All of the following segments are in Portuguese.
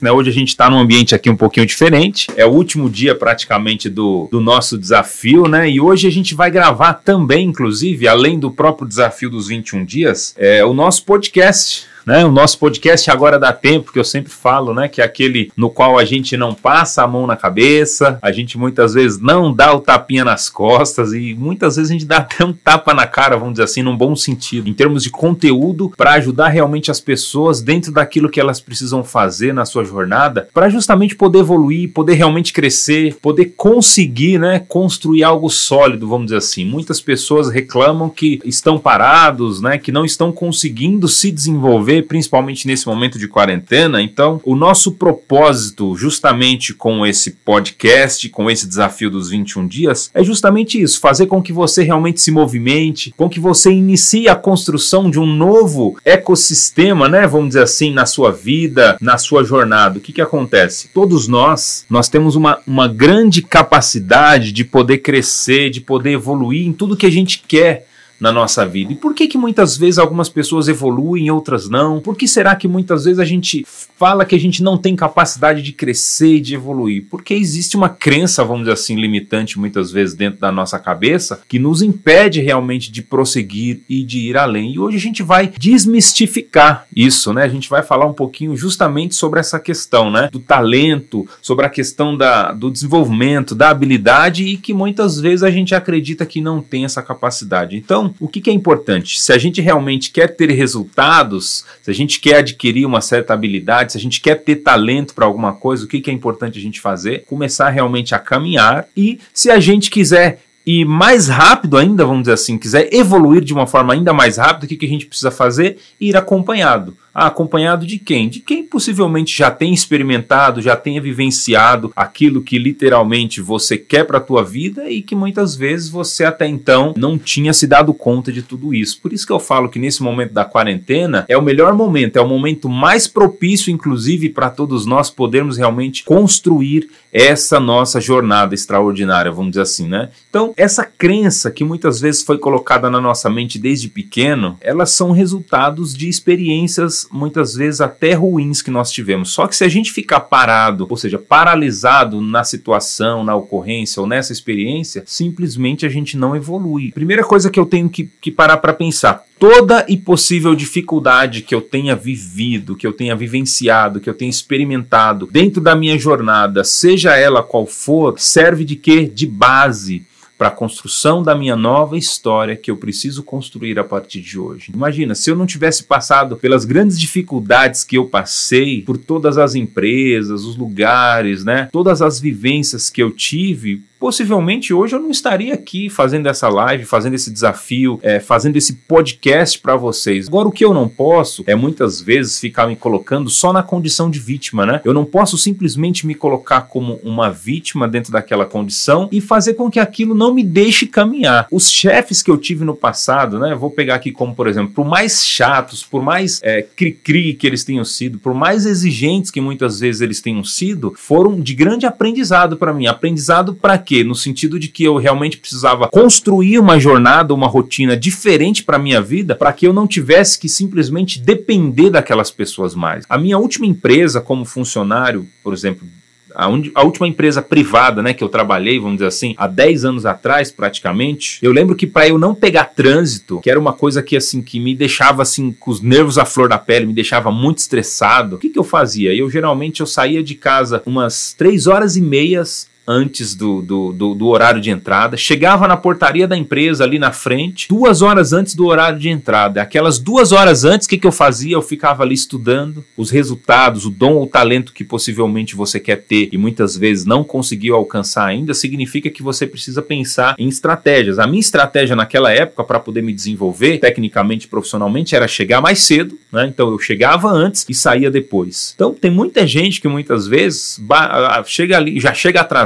né? Hoje a gente está num ambiente aqui um pouquinho diferente. É o último dia praticamente do nosso desafio, né? E hoje a gente vai gravar também, inclusive, além do próprio desafio dos 21 dias, o nosso podcast. Né? O nosso podcast Agora Dá Tempo, que eu sempre falo, né? Que é aquele no qual a gente não passa a mão na cabeça, a gente muitas vezes não dá o tapinha nas costas e muitas vezes a gente dá até um tapa na cara, vamos dizer assim, num bom sentido, em termos de conteúdo, para ajudar realmente as pessoas dentro daquilo que elas precisam fazer na sua jornada, para justamente poder evoluir, poder realmente crescer, poder conseguir, né, construir algo sólido, vamos dizer assim. Muitas pessoas reclamam que estão parados, né, que não estão conseguindo se desenvolver, principalmente nesse momento de quarentena. Então, o nosso propósito, justamente com esse podcast, com esse desafio dos 21 dias, é justamente isso, fazer com que você realmente se movimente, com que você inicie a construção de um novo ecossistema, né, vamos dizer assim, na sua vida, na sua jornada. O que acontece? Todos nós temos uma grande capacidade de poder crescer, de poder evoluir em tudo que a gente quer na nossa vida. E por que muitas vezes algumas pessoas evoluem e outras não? Por que será que muitas vezes a gente fala que a gente não tem capacidade de crescer e de evoluir? Porque existe uma crença, vamos dizer assim, limitante muitas vezes dentro da nossa cabeça que nos impede realmente de prosseguir e de ir além. E hoje a gente vai desmistificar isso, né? A gente vai falar um pouquinho justamente sobre essa questão, né? Do talento, sobre a questão do desenvolvimento, da habilidade e que muitas vezes a gente acredita que não tem essa capacidade. Então, o que é importante? Se a gente realmente quer ter resultados, se a gente quer adquirir uma certa habilidade, se a gente quer ter talento para alguma coisa, o que é importante a gente fazer? Começar realmente a caminhar e se a gente quiser ir mais rápido ainda, vamos dizer assim, quiser evoluir de uma forma ainda mais rápida, o que a gente precisa fazer? Ir acompanhado. Acompanhado de quem? De quem possivelmente já tem experimentado, já tenha vivenciado aquilo que literalmente você quer para a tua vida e que muitas vezes você até então não tinha se dado conta de tudo isso. Por isso que eu falo que nesse momento da quarentena é o melhor momento, é o momento mais propício, inclusive, para todos nós podermos realmente construir essa nossa jornada extraordinária, vamos dizer assim, né? Então, essa crença que muitas vezes foi colocada na nossa mente desde pequeno, elas são resultados de experiências muitas vezes até ruins que nós tivemos. Só que se a gente ficar parado, ou seja, paralisado na situação, na ocorrência ou nessa experiência, simplesmente a gente não evolui. Primeira coisa que eu tenho que parar para pensar, toda e possível dificuldade que eu tenha vivido, que eu tenha vivenciado, que eu tenha experimentado dentro da minha jornada, seja ela qual for, serve de quê? De base para a construção da minha nova história que eu preciso construir a partir de hoje. Imagina, se eu não tivesse passado pelas grandes dificuldades que eu passei, por todas as empresas, os lugares, né, todas as vivências que eu tive, possivelmente hoje eu não estaria aqui fazendo essa live, fazendo esse desafio, fazendo esse podcast para vocês. Agora, o que eu não posso é muitas vezes ficar me colocando só na condição de vítima, né? Eu não posso simplesmente me colocar como uma vítima dentro daquela condição e fazer com que aquilo não me deixe caminhar. Os chefes que eu tive no passado, né? Eu vou pegar aqui como, por exemplo, por mais chatos, por mais cri-cri que eles tenham sido, por mais exigentes que muitas vezes eles tenham sido, foram de grande aprendizado para mim. Aprendizado para quê? No sentido de que eu realmente precisava construir uma jornada, uma rotina diferente para a minha vida, para que eu não tivesse que simplesmente depender daquelas pessoas mais. A minha última empresa como funcionário, por exemplo, a última empresa privada, né, que eu trabalhei, vamos dizer assim, há 10 anos atrás praticamente, eu lembro que para eu não pegar trânsito, que era uma coisa que assim que me deixava assim com os nervos à flor da pele, me deixava muito estressado, o que eu fazia? Eu saía de casa umas 3h30 antes do horário de entrada, chegava na portaria da empresa ali na frente, 2 horas antes do horário de entrada. Aquelas 2 horas antes, o que eu fazia? Eu ficava ali estudando os resultados, o dom ou o talento que possivelmente você quer ter e muitas vezes não conseguiu alcançar ainda, significa que você precisa pensar em estratégias. A minha estratégia naquela época para poder me desenvolver tecnicamente, profissionalmente, era chegar mais cedo, né? Então eu chegava antes e saía depois. Então tem muita gente que muitas vezes chega ali, já chega atrasado,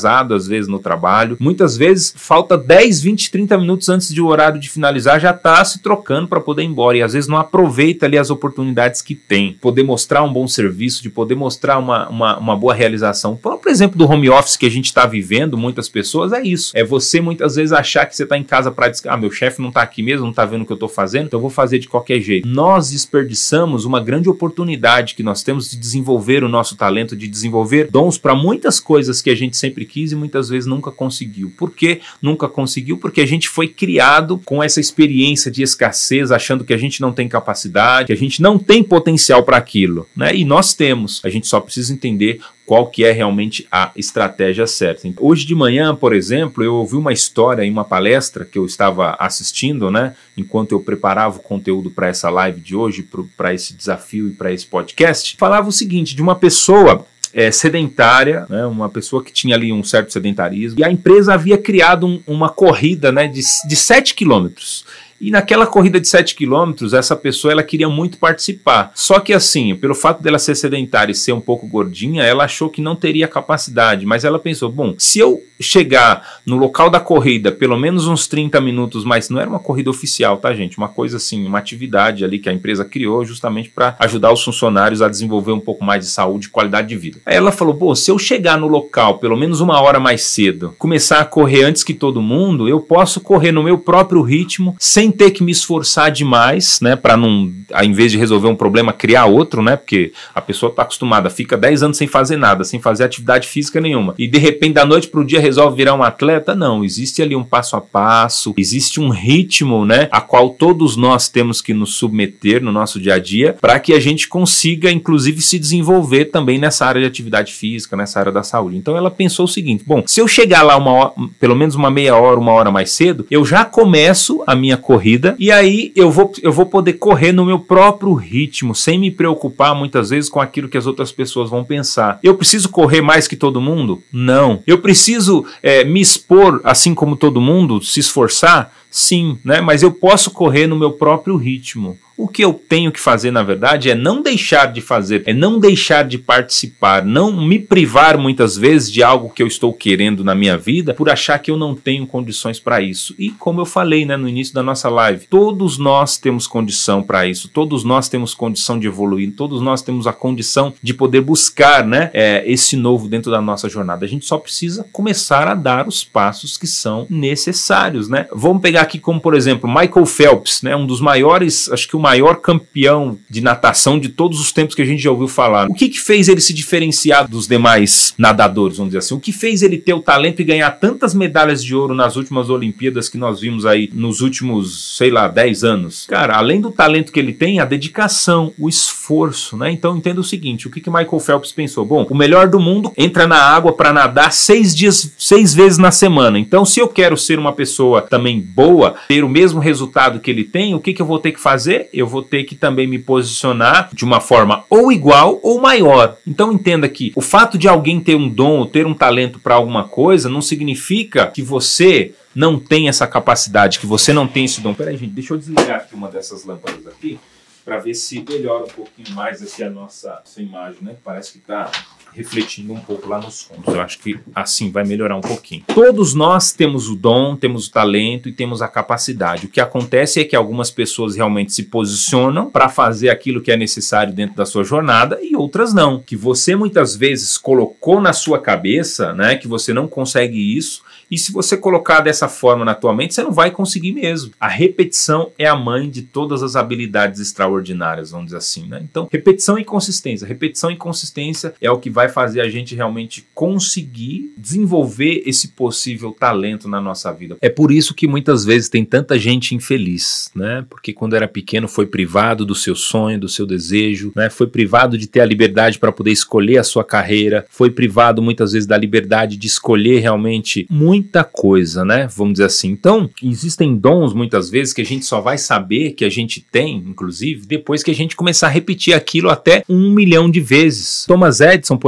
atrasado às vezes no trabalho, muitas vezes falta 10, 20, 30 minutos antes do horário de finalizar, já está se trocando para poder ir embora e às vezes não aproveita ali as oportunidades que tem, poder mostrar um bom serviço, de poder mostrar uma boa realização. Por exemplo, do home office que a gente está vivendo, muitas pessoas, é isso, é você muitas vezes achar que você está em casa para descansar, meu chefe não está aqui mesmo, não está vendo o que eu estou fazendo, então eu vou fazer de qualquer jeito. Nós desperdiçamos uma grande oportunidade que nós temos de desenvolver o nosso talento, de desenvolver dons para muitas coisas que a gente sempre quis e muitas vezes nunca conseguiu. Por que nunca conseguiu? Porque a gente foi criado com essa experiência de escassez, achando que a gente não tem capacidade, que a gente não tem potencial para aquilo, né? E nós temos, a gente só precisa entender qual que é realmente a estratégia certa. Hoje de manhã, por exemplo, eu ouvi uma história em uma palestra que eu estava assistindo, né, enquanto eu preparava o conteúdo para essa live de hoje, para esse desafio e para esse podcast. Falava o seguinte, de uma pessoa sedentária, né, uma pessoa que tinha ali um certo sedentarismo, e a empresa havia criado uma corrida, né, de 7 quilômetros. E naquela corrida de 7 quilômetros, essa pessoa ela queria muito participar. Só que assim, pelo fato dela ser sedentária e ser um pouco gordinha, ela achou que não teria capacidade. Mas ela pensou, bom, se eu chegar no local da corrida pelo menos uns 30 minutos, mas não era uma corrida oficial, tá, gente? Uma coisa assim, uma atividade ali que a empresa criou justamente para ajudar os funcionários a desenvolver um pouco mais de saúde e qualidade de vida. Aí ela falou, bom, se eu chegar no local pelo menos uma hora mais cedo, começar a correr antes que todo mundo, eu posso correr no meu próprio ritmo, sem ter que me esforçar demais, né, para não, ao invés de resolver um problema, criar outro, né, porque a pessoa está acostumada, fica 10 anos sem fazer nada, sem fazer atividade física nenhuma, e de repente da noite para o dia resolve virar um atleta. Não, existe ali um passo a passo, existe um ritmo, né, a qual todos nós temos que nos submeter no nosso dia a dia, para que a gente consiga, inclusive, se desenvolver também nessa área de atividade física, nessa área da saúde. Então ela pensou o seguinte, bom, se eu chegar lá pelo menos uma meia hora, uma hora mais cedo, eu já começo a minha corrida, e aí eu vou poder correr no meu próprio ritmo, sem me preocupar muitas vezes com aquilo que as outras pessoas vão pensar. Eu preciso correr mais que todo mundo? Não. Eu preciso me expor assim como todo mundo, se esforçar? Sim, né? Mas eu posso correr no meu próprio ritmo. O que eu tenho que fazer, na verdade, é não deixar de fazer, é não deixar de participar, não me privar muitas vezes de algo que eu estou querendo na minha vida por achar que eu não tenho condições para isso. E como eu falei, né, no início da nossa live, todos nós temos condição para isso, todos nós temos condição de evoluir, todos nós temos a condição de poder buscar, né, esse novo dentro da nossa jornada. A gente só precisa começar a dar os passos que são necessários, né? Vamos pegar aqui como, por exemplo, Michael Phelps, né, um dos maiores, acho que o maior campeão de natação de todos os tempos que a gente já ouviu falar. O que fez ele se diferenciar dos demais nadadores, vamos dizer assim? O que fez ele ter o talento e ganhar tantas medalhas de ouro nas últimas Olimpíadas que nós vimos aí nos últimos, 10 anos? Cara, além do talento que ele tem, a dedicação, o esforço, né? Então entenda o seguinte, o que Michael Phelps pensou? Bom, o melhor do mundo entra na água para nadar 6 vezes na semana. Então, se eu quero ser uma pessoa também boa, ter o mesmo resultado que ele tem, o que eu vou ter que fazer? Eu vou ter que também me posicionar de uma forma ou igual ou maior. Então entenda que o fato de alguém ter um dom ou ter um talento para alguma coisa não significa que você não tem essa capacidade, que você não tem esse dom. Peraí, gente, deixa eu desligar aqui uma dessas lâmpadas aqui para ver se melhora um pouquinho mais aqui a nossa imagem, né? Parece que está refletindo um pouco lá nos fundos. Eu acho que assim vai melhorar um pouquinho. Todos nós temos o dom, temos o talento e temos a capacidade. O que acontece é que algumas pessoas realmente se posicionam para fazer aquilo que é necessário dentro da sua jornada e outras não. Que você muitas vezes colocou na sua cabeça, né, que você não consegue isso, e se você colocar dessa forma na tua mente, você não vai conseguir mesmo. A repetição é a mãe de todas as habilidades extraordinárias, vamos dizer assim, né? Então, repetição e consistência. Repetição e consistência é o que vai fazer a gente realmente conseguir desenvolver esse possível talento na nossa vida. É por isso que muitas vezes tem tanta gente infeliz, né? Porque quando era pequeno foi privado do seu sonho, do seu desejo, né? Foi privado de ter a liberdade para poder escolher a sua carreira, foi privado muitas vezes da liberdade de escolher realmente muita coisa, né? Vamos dizer assim. Então, existem dons muitas vezes que a gente só vai saber que a gente tem, inclusive, depois que a gente começar a repetir aquilo até 1 milhão de vezes. Thomas Edison, por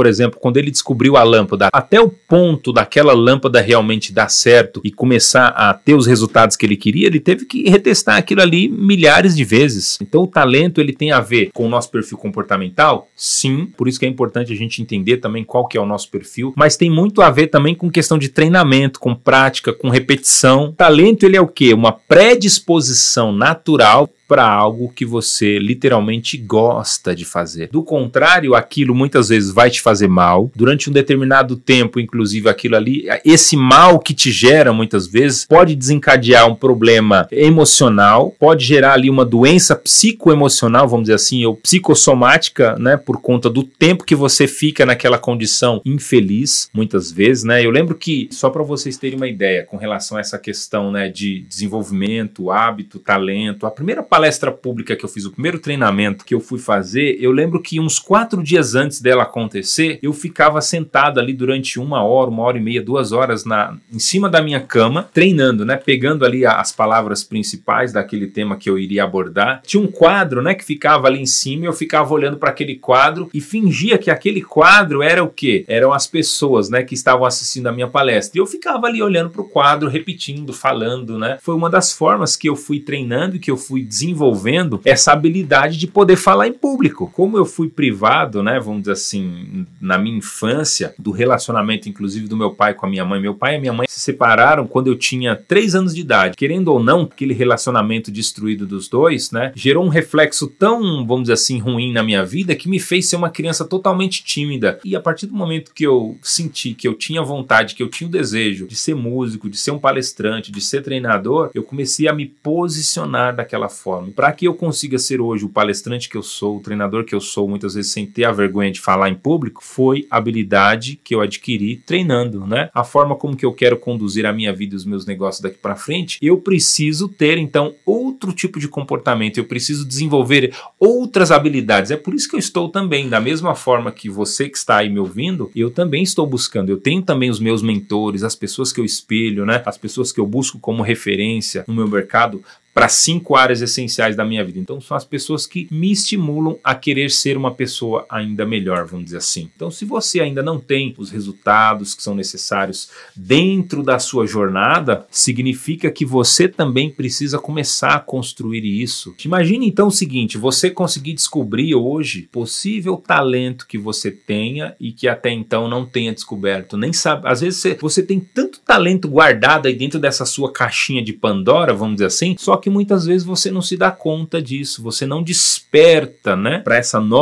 por exemplo, quando ele descobriu a lâmpada, até o ponto daquela lâmpada realmente dar certo e começar a ter os resultados que ele queria, ele teve que retestar aquilo ali milhares de vezes. Então o talento, ele tem a ver com o nosso perfil comportamental? Sim, por isso que é importante a gente entender também qual que é o nosso perfil, mas tem muito a ver também com questão de treinamento, com prática, com repetição. O talento, ele é o quê? Uma predisposição natural para algo que você literalmente gosta de fazer. Do contrário, aquilo muitas vezes vai te fazer mal. Durante um determinado tempo, inclusive, aquilo ali, esse mal que te gera muitas vezes, pode desencadear um problema emocional, pode gerar ali uma doença psicoemocional, vamos dizer assim, ou psicossomática, né, por conta do tempo que você fica naquela condição infeliz, muitas vezes, né. Eu lembro que, só para vocês terem uma ideia, com relação a essa questão, né, de desenvolvimento, hábito, talento, a primeira palestra pública que eu fiz, o primeiro treinamento que eu fui fazer, eu lembro que uns 4 dias antes dela acontecer, eu ficava sentado ali durante 1 hora e meia, 2 horas em cima da minha cama, treinando, né, pegando ali as palavras principais daquele tema que eu iria abordar. Tinha um quadro, né, que ficava ali em cima e eu ficava olhando para aquele quadro e fingia que aquele quadro era o quê? Eram as pessoas, né, que estavam assistindo a minha palestra. E eu ficava ali olhando para o quadro, repetindo, falando, né. Foi uma das formas que eu fui treinando e que eu fui desenvolvendo essa habilidade de poder falar em público. Como eu fui privado, né, vamos dizer assim, na minha infância, do relacionamento, inclusive, do meu pai com a minha mãe. Meu pai e a minha mãe se separaram quando eu tinha 3 anos de idade. Querendo ou não, aquele relacionamento destruído dos dois, né, gerou um reflexo tão, vamos dizer assim, ruim na minha vida, que me fez ser uma criança totalmente tímida. E a partir do momento que eu senti que eu tinha vontade, que eu tinha o desejo de ser músico, de ser um palestrante, de ser treinador, eu comecei a me posicionar daquela forma. Para que eu consiga ser hoje o palestrante que eu sou, o treinador que eu sou, muitas vezes sem ter a vergonha de falar em público, foi a habilidade que eu adquiri treinando, né? A forma como que eu quero conduzir a minha vida e os meus negócios daqui para frente, eu preciso ter, então, outro tipo de comportamento, eu preciso desenvolver outras habilidades. É por isso que eu estou também, da mesma forma que você que está aí me ouvindo, eu também estou buscando, eu tenho também os meus mentores, as pessoas que eu espelho, né? As pessoas que eu busco como referência no meu mercado, para 5 áreas essenciais da minha vida. Então são as pessoas que me estimulam a querer ser uma pessoa ainda melhor, vamos dizer assim. Então se você ainda não tem os resultados que são necessários dentro da sua jornada, significa que você também precisa começar a construir isso. Imagine então o seguinte, você conseguir descobrir hoje possível talento que você tenha e que até então não tenha descoberto, nem sabe. Às vezes você tem tanto talento guardado aí dentro dessa sua caixinha de Pandora, vamos dizer assim, só que muitas vezes você não se dá conta disso, você não desperta, né, para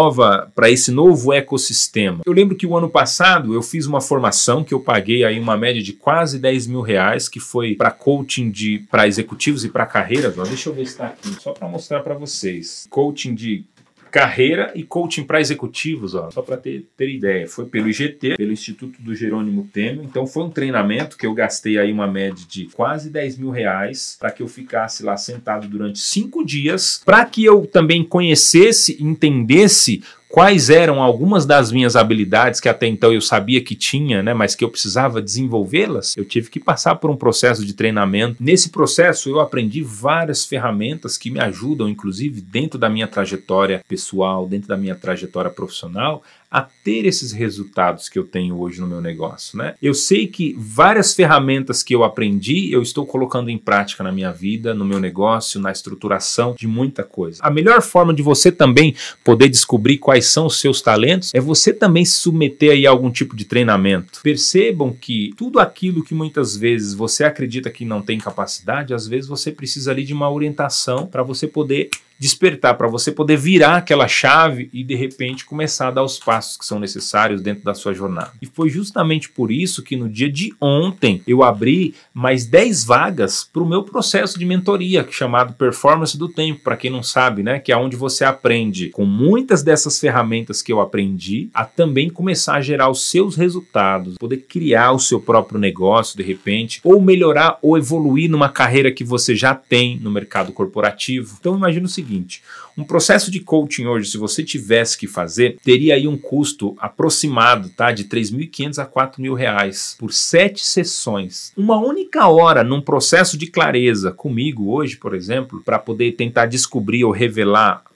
esse novo ecossistema. Eu lembro que o ano passado eu fiz uma formação que eu paguei aí uma média de quase 10 mil reais, que foi para coaching para executivos e para carreiras. Deixa eu ver se está aqui, só para mostrar para vocês. Coaching de carreira e coaching para executivos, só para ter ideia. Foi pelo IGT, pelo Instituto do Jerônimo Temel. Então foi um treinamento que eu gastei aí uma média de quase 10 mil reais para que eu ficasse lá sentado durante 5 dias, para que eu também conhecesse, entendesse quais eram algumas das minhas habilidades que até então eu sabia que tinha, né, mas que eu precisava desenvolvê-las. Eu tive que passar por um processo de treinamento. Nesse processo eu aprendi várias ferramentas que me ajudam, inclusive dentro da minha trajetória pessoal, dentro da minha trajetória profissional, a ter esses resultados que eu tenho hoje no meu negócio, né? Eu sei que várias ferramentas que eu aprendi, eu estou colocando em prática na minha vida, no meu negócio, na estruturação de muita coisa. A melhor forma de você também poder descobrir quais são os seus talentos é você também se submeter aí a algum tipo de treinamento. Percebam que tudo aquilo que muitas vezes você acredita que não tem capacidade, às vezes você precisa ali de uma orientação para você poder despertar, para você poder virar aquela chave e de repente começar a dar os passos que são necessários dentro da sua jornada. E foi justamente por isso que no dia de ontem eu abri mais 10 vagas para o meu processo de mentoria, chamado Performance do Tempo, para quem não sabe, né, que é onde você aprende com muitas dessas ferramentas que eu aprendi a também começar a gerar os seus resultados, poder criar o seu próprio negócio de repente, ou melhorar ou evoluir numa carreira que você já tem no mercado corporativo. Então imagina o seguinte, um processo de coaching hoje, se você tivesse que fazer, teria aí um custo aproximado, tá, de 3.500 a 4.000 reais por 7 sessões. Uma única hora num processo de clareza comigo hoje, por exemplo, para poder tentar descobrir ou revelar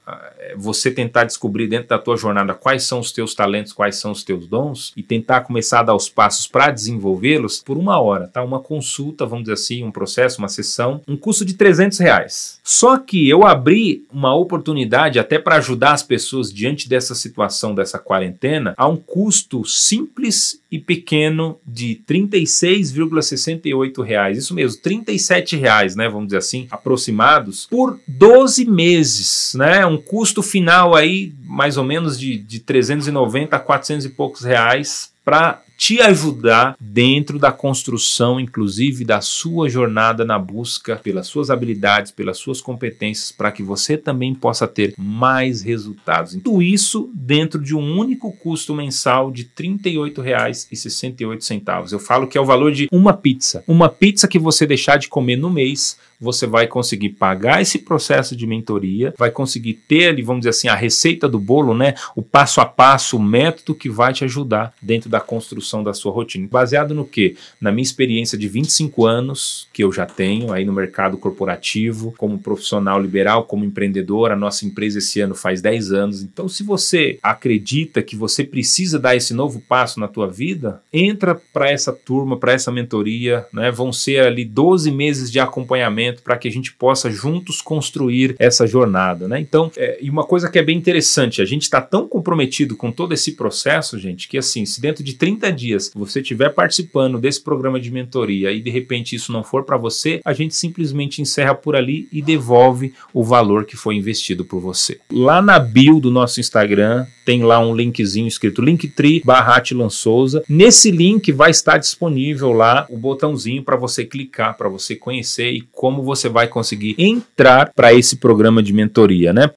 você tentar descobrir dentro da tua jornada quais são os teus talentos, quais são os teus dons e tentar começar a dar os passos para desenvolvê-los por 1 hora, tá? Uma consulta, vamos dizer assim, um processo, uma sessão, um custo de R$300. Só que eu abri uma oportunidade até para ajudar as pessoas diante dessa situação, dessa quarentena, a um custo simples e pequeno de R$36,68. Isso mesmo, R$37, né? Vamos dizer assim, aproximados, por 12 meses, né? Um custo final aí, mais ou menos de 390 a 400 e poucos reais para te ajudar dentro da construção, inclusive, da sua jornada na busca pelas suas habilidades, pelas suas competências, para que você também possa ter mais resultados. Tudo isso dentro de um único custo mensal de R$38,68. Eu falo que é o valor de uma pizza. Uma pizza que você deixar de comer no mês, você vai conseguir pagar esse processo de mentoria, vai conseguir ter ali, vamos dizer assim, a receita do bolo, né? O passo a passo, o método que vai te ajudar dentro da construção da sua rotina. Baseado no quê? Na minha experiência de 25 anos que eu já tenho aí no mercado corporativo, como profissional liberal, como empreendedor. A nossa empresa esse ano faz 10 anos. Então, se você acredita que você precisa dar esse novo passo na tua vida, entra para essa turma, para essa mentoria, né? Vão ser ali 12 meses de acompanhamento para que a gente possa juntos construir essa jornada, né? Então, e uma coisa que é bem interessante, a gente está tão comprometido com todo esse processo, gente, que assim, se dentro de 30 dias você estiver participando desse programa de mentoria e de repente isso não for para você, a gente simplesmente encerra por ali e devolve o valor que foi investido por você. Lá na bio do nosso Instagram tem lá um linkzinho escrito Linktree/Atilan Souza. Nesse link vai estar disponível lá o botãozinho para você clicar, para você conhecer e como você vai conseguir entrar para esse programa de mentoria, né?